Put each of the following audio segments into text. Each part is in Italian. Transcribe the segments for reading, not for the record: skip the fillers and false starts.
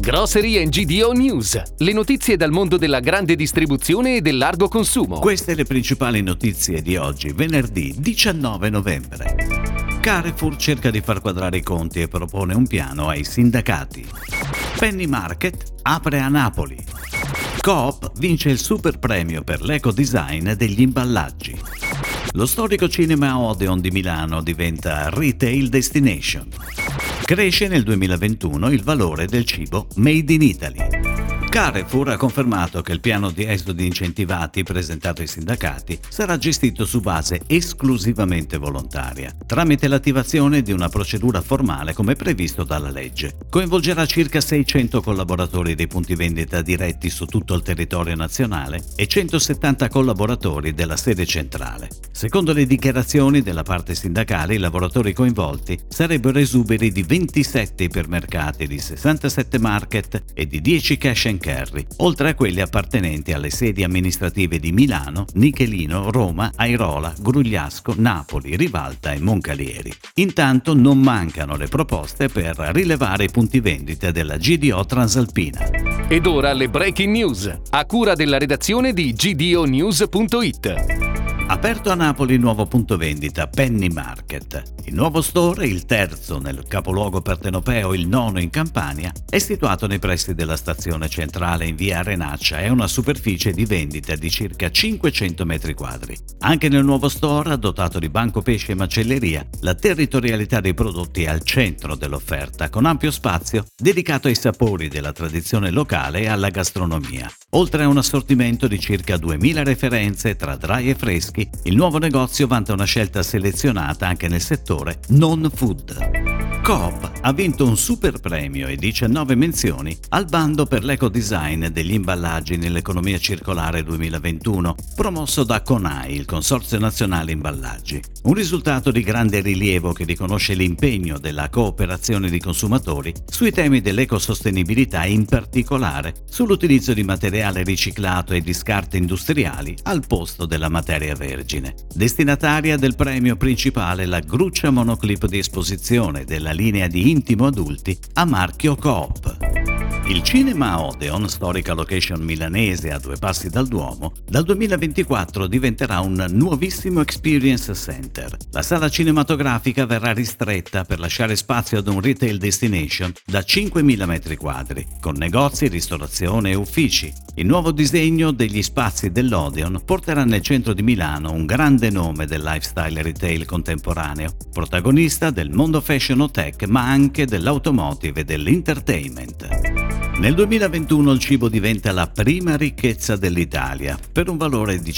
Grocery GDO News, le notizie dal mondo della grande distribuzione e del largo consumo. Queste le principali notizie di oggi, venerdì 19 novembre. Carrefour cerca di far quadrare i conti e propone un piano ai sindacati. Penny Market apre a Napoli. Coop vince il super premio per l'eco-design degli imballaggi. Lo storico cinema Odeon di Milano diventa retail destination. Cresce nel 2021 il valore del cibo made in Italy. Carrefour ha confermato che il piano di esodi incentivati presentato ai sindacati sarà gestito su base esclusivamente volontaria, tramite l'attivazione di una procedura formale come previsto dalla legge. Coinvolgerà circa 600 collaboratori dei punti vendita diretti su tutto il territorio nazionale e 170 collaboratori della sede centrale. Secondo le dichiarazioni della parte sindacale, i lavoratori coinvolti sarebbero esuberi di 27 ipermercati, di 67 market e di 10 cash and carry, oltre a quelli appartenenti alle sedi amministrative di Milano, Nichelino, Roma, Airola, Grugliasco, Napoli, Rivalta e Moncalieri. Intanto non mancano le proposte per rilevare i punti vendita della GDO Transalpina. Ed ora le breaking news, a cura della redazione di gdonews.it. Aperto a Napoli il nuovo punto vendita Penny Market. Il nuovo store, il terzo nel capoluogo partenopeo, il nono in Campania, è situato nei pressi della stazione centrale in via Arenaccia e ha una superficie di vendita di circa 500 metri quadri. Anche nel nuovo store, dotato di banco pesce e macelleria, la territorialità dei prodotti è al centro dell'offerta, con ampio spazio dedicato ai sapori della tradizione locale e alla gastronomia. Oltre a un assortimento di circa 2000 referenze tra dry e freschi, il nuovo negozio vanta una scelta selezionata anche nel settore non food. Coop ha vinto un super premio e 19 menzioni al bando per l'eco-design degli imballaggi nell'economia circolare 2021, promosso da CONAI, il Consorzio Nazionale Imballaggi. Un risultato di grande rilievo che riconosce l'impegno della cooperazione di consumatori sui temi dell'ecosostenibilità e in particolare sull'utilizzo di materiale riciclato e di scarti industriali al posto della materia vergine. Destinataria del premio principale la gruccia monoclip di esposizione della linea di intimo adulti a marchio Coop. Il cinema Odeon, storica location milanese a 2 passi dal Duomo, dal 2024 diventerà un nuovissimo experience center. La sala cinematografica verrà ristretta per lasciare spazio ad un retail destination da 5.000 metri quadri, con negozi, ristorazione e uffici. Il nuovo disegno degli spazi dell'Odeon porterà nel centro di Milano un grande nome del lifestyle retail contemporaneo, protagonista del mondo fashion o tech, ma anche dell'automotive e dell'entertainment. Nel 2021 il cibo diventa la prima ricchezza dell'Italia, per un valore di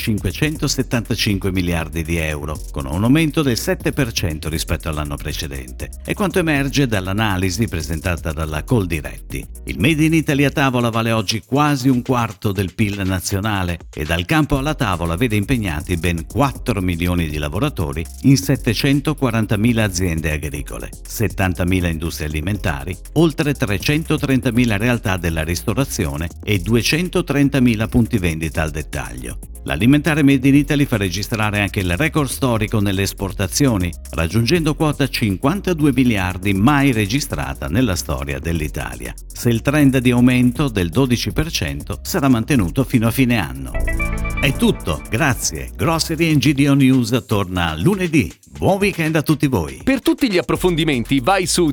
575 miliardi di euro, con un aumento del 7% rispetto all'anno precedente. È quanto emerge dall'analisi presentata dalla Coldiretti. Il Made in Italy a tavola vale oggi quasi un quarto del PIL nazionale e dal campo alla tavola vede impegnati ben 4 milioni di lavoratori in 740.000 aziende agricole, 70.000 industrie alimentari, oltre 330.000 realtà della ristorazione e 230.000 punti vendita al dettaglio. L'alimentare Made in Italy fa registrare anche il record storico nelle esportazioni, raggiungendo quota 52 miliardi mai registrata nella storia dell'Italia. Se il trend di aumento del 12% sarà mantenuto fino a fine anno. È tutto, grazie. Grocery GDO News torna lunedì. Buon weekend a tutti voi. Per tutti gli approfondimenti vai su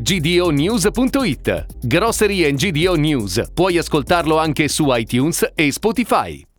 gdonews.it. Grocery GDO News. Puoi ascoltarlo anche su iTunes e Spotify.